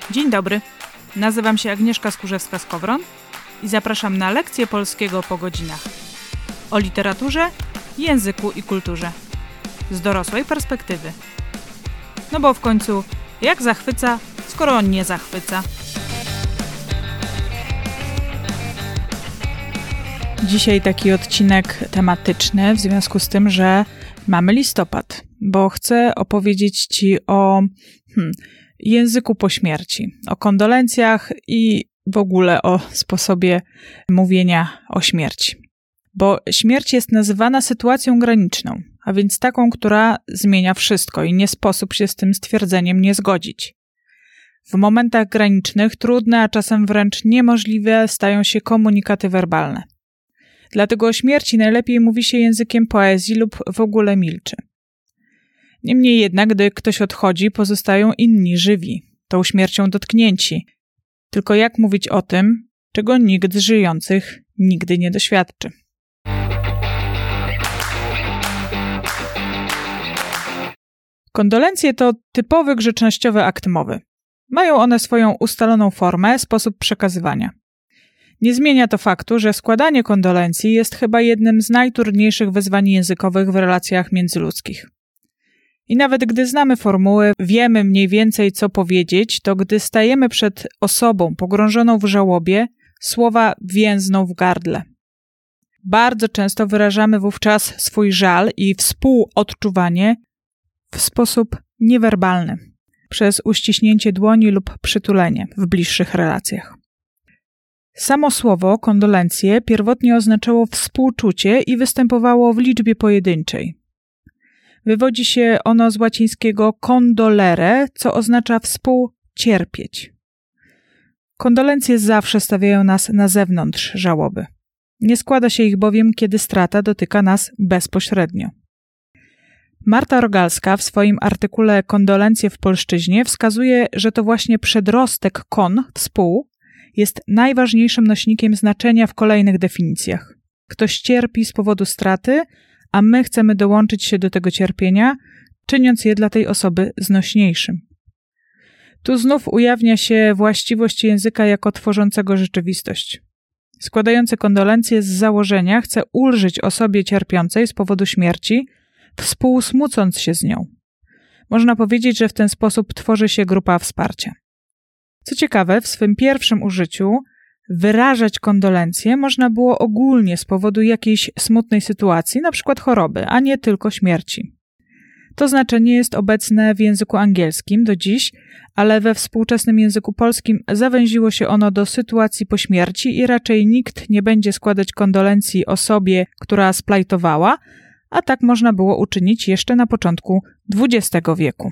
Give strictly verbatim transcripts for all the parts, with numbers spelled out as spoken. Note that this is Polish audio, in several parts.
Dzień dobry, nazywam się Agnieszka Skurzewska-Skowron i zapraszam na lekcję polskiego po godzinach. O literaturze, języku i kulturze. Z dorosłej perspektywy. No bo w końcu, jak zachwyca, skoro on nie zachwyca? Dzisiaj taki odcinek tematyczny w związku z tym, że mamy listopad, bo chcę opowiedzieć Ci o hmm, języku po śmierci, o kondolencjach i w ogóle o sposobie mówienia o śmierci. Bo śmierć jest nazywana sytuacją graniczną, a więc taką, która zmienia wszystko i nie sposób się z tym stwierdzeniem nie zgodzić. W momentach granicznych trudne, a czasem wręcz niemożliwe stają się komunikaty werbalne. Dlatego o śmierci najlepiej mówi się językiem poezji lub w ogóle milczy. Niemniej jednak, gdy ktoś odchodzi, pozostają inni żywi, tą śmiercią dotknięci. Tylko jak mówić o tym, czego nikt z żyjących nigdy nie doświadczy? Kondolencje to typowy grzecznościowy akt mowy. Mają one swoją ustaloną formę, sposób przekazywania. Nie zmienia to faktu, że składanie kondolencji jest chyba jednym z najtrudniejszych wyzwań językowych w relacjach międzyludzkich. I nawet gdy znamy formuły, wiemy mniej więcej co powiedzieć, to gdy stajemy przed osobą pogrążoną w żałobie, słowa więzną w gardle. Bardzo często wyrażamy wówczas swój żal i współodczuwanie w sposób niewerbalny, przez uściśnięcie dłoni lub przytulenie w bliższych relacjach. Samo słowo kondolencje pierwotnie oznaczało współczucie i występowało w liczbie pojedynczej. Wywodzi się ono z łacińskiego condolere, co oznacza współcierpieć. Kondolencje zawsze stawiają nas na zewnątrz żałoby. Nie składa się ich bowiem, kiedy strata dotyka nas bezpośrednio. Marta Rogalska w swoim artykule Kondolencje w polszczyźnie wskazuje, że to właśnie przedrostek kon, współ, jest najważniejszym nośnikiem znaczenia w kolejnych definicjach. Ktoś cierpi z powodu straty, a my chcemy dołączyć się do tego cierpienia, czyniąc je dla tej osoby znośniejszym. Tu znów ujawnia się właściwość języka jako tworzącego rzeczywistość. Składający kondolencje z założenia chce ulżyć osobie cierpiącej z powodu śmierci, współsmucąc się z nią. Można powiedzieć, że w ten sposób tworzy się grupa wsparcia. Co ciekawe, w swym pierwszym użyciu wyrażać kondolencje można było ogólnie z powodu jakiejś smutnej sytuacji, np. choroby, a nie tylko śmierci. To znaczenie jest obecne w języku angielskim do dziś, ale we współczesnym języku polskim zawęziło się ono do sytuacji po śmierci i raczej nikt nie będzie składać kondolencji osobie, która splajtowała, a tak można było uczynić jeszcze na początku dwudziestego wieku.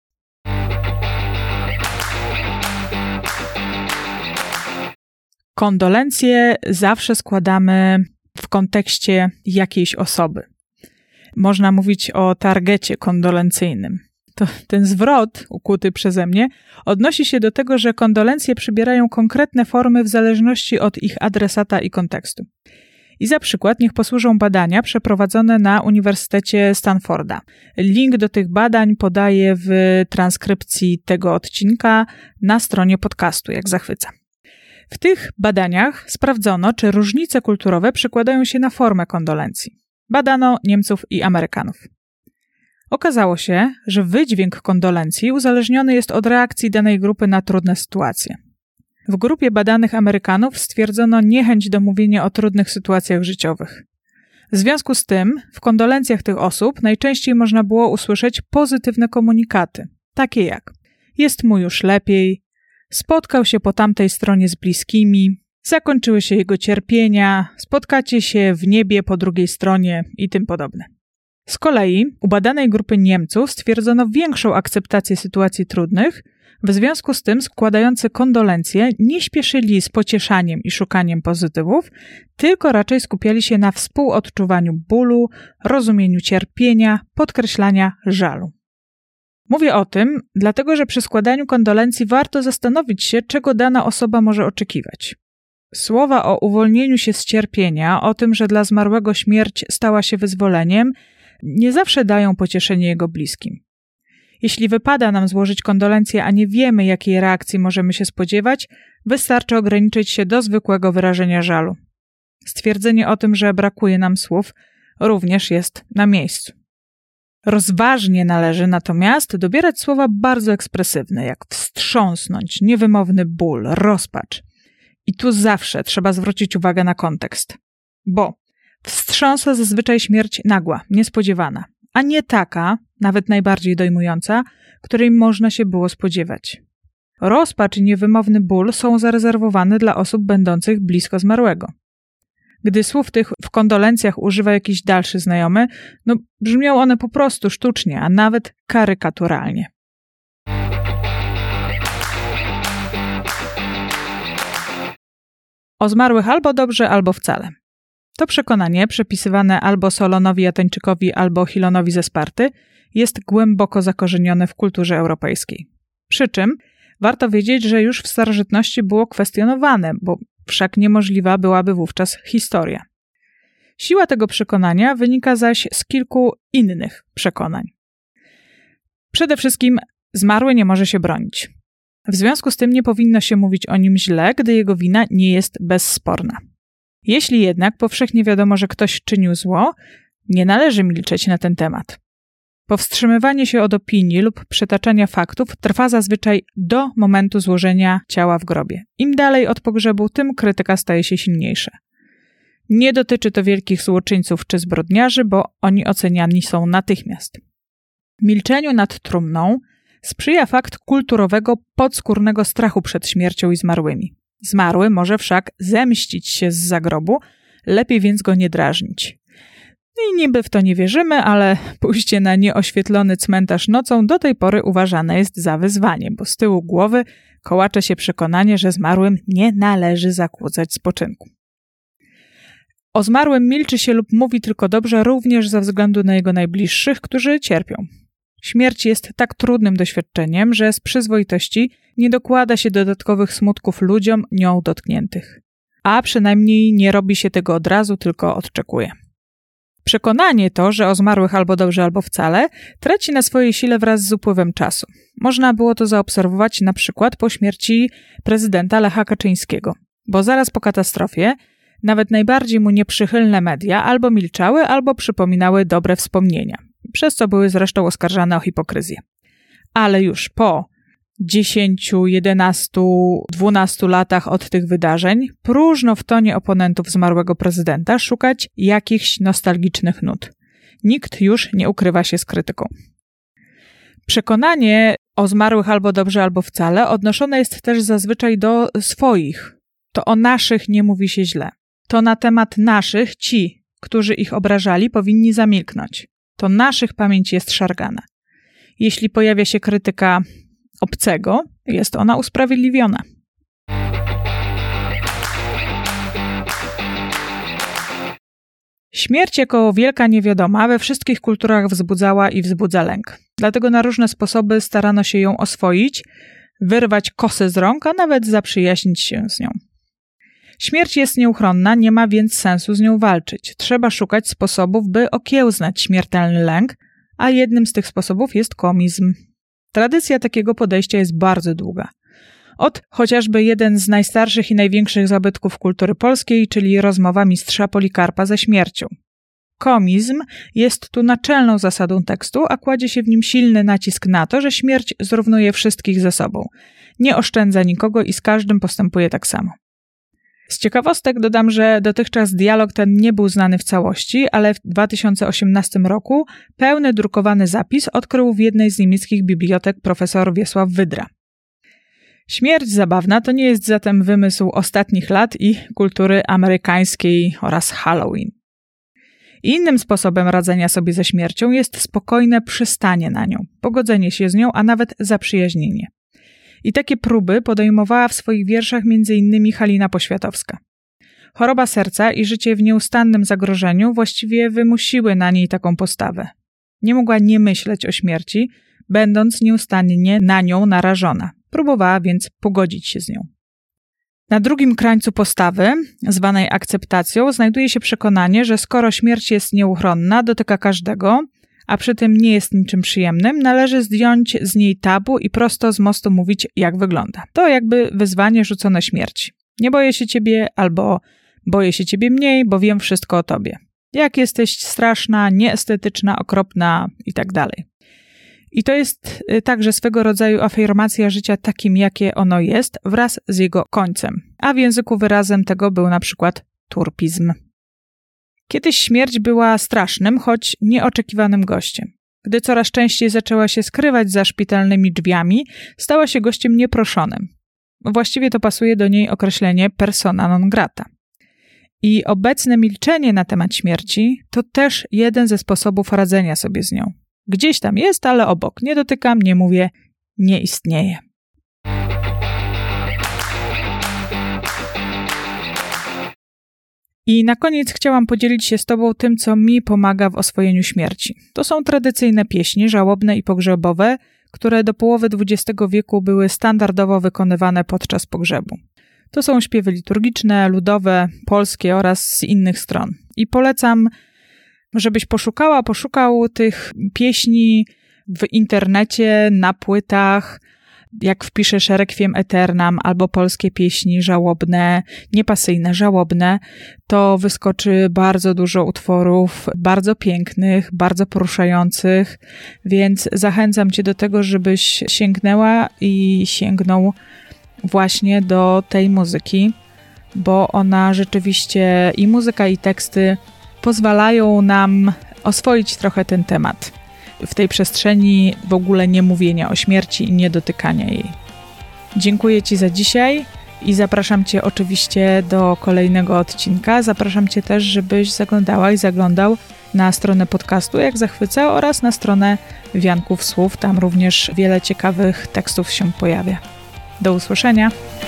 Kondolencje zawsze składamy w kontekście jakiejś osoby. Można mówić o targecie kondolencyjnym. To ten zwrot, ukuty przeze mnie, odnosi się do tego, że kondolencje przybierają konkretne formy w zależności od ich adresata i kontekstu. I za przykład niech posłużą badania przeprowadzone na Uniwersytecie Stanforda. Link do tych badań podaję w transkrypcji tego odcinka na stronie podcastu, jak zachwyca. W tych badaniach sprawdzono, czy różnice kulturowe przekładają się na formę kondolencji. Badano Niemców i Amerykanów. Okazało się, że wydźwięk kondolencji uzależniony jest od reakcji danej grupy na trudne sytuacje. W grupie badanych Amerykanów stwierdzono niechęć do mówienia o trudnych sytuacjach życiowych. W związku z tym w kondolencjach tych osób najczęściej można było usłyszeć pozytywne komunikaty, takie jak jest mu już lepiej, spotkał się po tamtej stronie z bliskimi, zakończyły się jego cierpienia, spotkacie się w niebie po drugiej stronie i tym podobne. Z kolei u badanej grupy Niemców stwierdzono większą akceptację sytuacji trudnych, w związku z tym składający kondolencje nie śpieszyli z pocieszaniem i szukaniem pozytywów, tylko raczej skupiali się na współodczuwaniu bólu, rozumieniu cierpienia, podkreślania żalu. Mówię o tym, dlatego że przy składaniu kondolencji warto zastanowić się, czego dana osoba może oczekiwać. Słowa o uwolnieniu się z cierpienia, o tym, że dla zmarłego śmierć stała się wyzwoleniem, nie zawsze dają pocieszenie jego bliskim. Jeśli wypada nam złożyć kondolencje, a nie wiemy, jakiej reakcji możemy się spodziewać, wystarczy ograniczyć się do zwykłego wyrażenia żalu. Stwierdzenie o tym, że brakuje nam słów, również jest na miejscu. Rozważnie należy natomiast dobierać słowa bardzo ekspresywne, jak wstrząsnąć, niewymowny ból, rozpacz. I tu zawsze trzeba zwrócić uwagę na kontekst, bo wstrząsa zazwyczaj śmierć nagła, niespodziewana, a nie taka, nawet najbardziej dojmująca, której można się było spodziewać. Rozpacz i niewymowny ból są zarezerwowane dla osób będących blisko zmarłego. Gdy słów tych w kondolencjach używa jakiś dalszy znajomy, no brzmią one po prostu sztucznie, a nawet karykaturalnie. O zmarłych albo dobrze, albo wcale. To przekonanie, przypisywane albo Solonowi Ateńczykowi, albo Chilonowi ze Sparty, jest głęboko zakorzenione w kulturze europejskiej. Przy czym warto wiedzieć, że już w starożytności było kwestionowane, bo wszak niemożliwa byłaby wówczas historia. Siła tego przekonania wynika zaś z kilku innych przekonań. Przede wszystkim zmarły nie może się bronić. W związku z tym nie powinno się mówić o nim źle, gdy jego wina nie jest bezsporna. Jeśli jednak powszechnie wiadomo, że ktoś czynił zło, nie należy milczeć na ten temat. Powstrzymywanie się od opinii lub przytaczania faktów trwa zazwyczaj do momentu złożenia ciała w grobie. Im dalej od pogrzebu, tym krytyka staje się silniejsza. Nie dotyczy to wielkich złoczyńców czy zbrodniarzy, bo oni oceniani są natychmiast. Milczeniu nad trumną sprzyja fakt kulturowego podskórnego strachu przed śmiercią i zmarłymi. Zmarły może wszak zemścić się z zagrobu, lepiej więc go nie drażnić. I niby w to nie wierzymy, ale pójście na nieoświetlony cmentarz nocą do tej pory uważane jest za wyzwanie, bo z tyłu głowy kołacze się przekonanie, że zmarłym nie należy zakłócać spoczynku. O zmarłym milczy się lub mówi tylko dobrze również ze względu na jego najbliższych, którzy cierpią. Śmierć jest tak trudnym doświadczeniem, że z przyzwoitości nie dokłada się dodatkowych smutków ludziom nią dotkniętych. A przynajmniej nie robi się tego od razu, tylko odczekuje. Przekonanie to, że o zmarłych albo dobrze, albo wcale, traci na swojej sile wraz z upływem czasu. Można było to zaobserwować na przykład po śmierci prezydenta Lecha Kaczyńskiego, bo zaraz po katastrofie nawet najbardziej mu nieprzychylne media albo milczały, albo przypominały dobre wspomnienia, przez co były zresztą oskarżane o hipokryzję. Ale już po dziesięciu, jedenastu, dwunastu latach od tych wydarzeń próżno w tonie oponentów zmarłego prezydenta szukać jakichś nostalgicznych nut. Nikt już nie ukrywa się z krytyką. Przekonanie o zmarłych albo dobrze, albo wcale odnoszone jest też zazwyczaj do swoich. To o naszych nie mówi się źle. To na temat naszych ci, którzy ich obrażali, powinni zamilknąć. To naszych pamięć jest szargana. Jeśli pojawia się krytyka obcego, jest ona usprawiedliwiona. Śmierć jako wielka niewiadoma we wszystkich kulturach wzbudzała i wzbudza lęk. Dlatego na różne sposoby starano się ją oswoić, wyrwać kosę z rąk, a nawet zaprzyjaźnić się z nią. Śmierć jest nieuchronna, nie ma więc sensu z nią walczyć. Trzeba szukać sposobów, by okiełznać śmiertelny lęk, a jednym z tych sposobów jest komizm. Tradycja takiego podejścia jest bardzo długa. Od chociażby jeden z najstarszych i największych zabytków kultury polskiej, czyli rozmowa mistrza Polikarpa ze śmiercią. Komizm jest tu naczelną zasadą tekstu, a kładzie się w nim silny nacisk na to, że śmierć zrównuje wszystkich ze sobą. Nie oszczędza nikogo i z każdym postępuje tak samo. Z ciekawostek dodam, że dotychczas dialog ten nie był znany w całości, ale w dwa tysiące osiemnastym roku pełny drukowany zapis odkrył w jednej z niemieckich bibliotek profesor Wiesław Wydra. Śmierć zabawna to nie jest zatem wymysł ostatnich lat i kultury amerykańskiej oraz Halloween. Innym sposobem radzenia sobie ze śmiercią jest spokojne przystanie na nią, pogodzenie się z nią, a nawet zaprzyjaźnienie. I takie próby podejmowała w swoich wierszach między innymi Halina Poświatowska. Choroba serca i życie w nieustannym zagrożeniu właściwie wymusiły na niej taką postawę. Nie mogła nie myśleć o śmierci, będąc nieustannie na nią narażona. Próbowała więc pogodzić się z nią. Na drugim krańcu postawy, zwanej akceptacją, znajduje się przekonanie, że skoro śmierć jest nieuchronna, dotyka każdego, a przy tym nie jest niczym przyjemnym, należy zdjąć z niej tabu i prosto z mostu mówić, jak wygląda. To jakby wyzwanie rzucone śmierci. Nie boję się ciebie, albo boję się ciebie mniej, bo wiem wszystko o tobie. Jak jesteś straszna, nieestetyczna, okropna i tak dalej. I to jest także swego rodzaju afirmacja życia takim, jakie ono jest, wraz z jego końcem. A w języku wyrazem tego był na przykład turpizm. Kiedyś śmierć była strasznym, choć nieoczekiwanym gościem. Gdy coraz częściej zaczęła się skrywać za szpitalnymi drzwiami, stała się gościem nieproszonym. Właściwie to pasuje do niej określenie persona non grata. I obecne milczenie na temat śmierci to też jeden ze sposobów radzenia sobie z nią. Gdzieś tam jest, ale obok. Nie dotykam, nie mówię, nie istnieje. I na koniec chciałam podzielić się z tobą tym, co mi pomaga w oswojeniu śmierci. To są tradycyjne pieśni, żałobne i pogrzebowe, które do połowy dwudziestego wieku były standardowo wykonywane podczas pogrzebu. To są śpiewy liturgiczne, ludowe, polskie oraz z innych stron. I polecam, żebyś poszukała, poszukał tych pieśni w internecie, na płytach. Jak wpiszesz Requiem Aeternam albo polskie pieśni żałobne, niepasyjne, żałobne, to wyskoczy bardzo dużo utworów, bardzo pięknych, bardzo poruszających, więc zachęcam cię do tego, żebyś sięgnęła i sięgnął właśnie do tej muzyki, bo ona rzeczywiście, i muzyka, i teksty pozwalają nam oswoić trochę ten temat. W tej przestrzeni w ogóle nie mówienia o śmierci i nie dotykania jej. Dziękuję ci za dzisiaj i zapraszam cię oczywiście do kolejnego odcinka. Zapraszam cię też, żebyś zaglądała i zaglądał na stronę podcastu Jak Zachwyca oraz na stronę Wianków Słów. Tam również wiele ciekawych tekstów się pojawia. Do usłyszenia.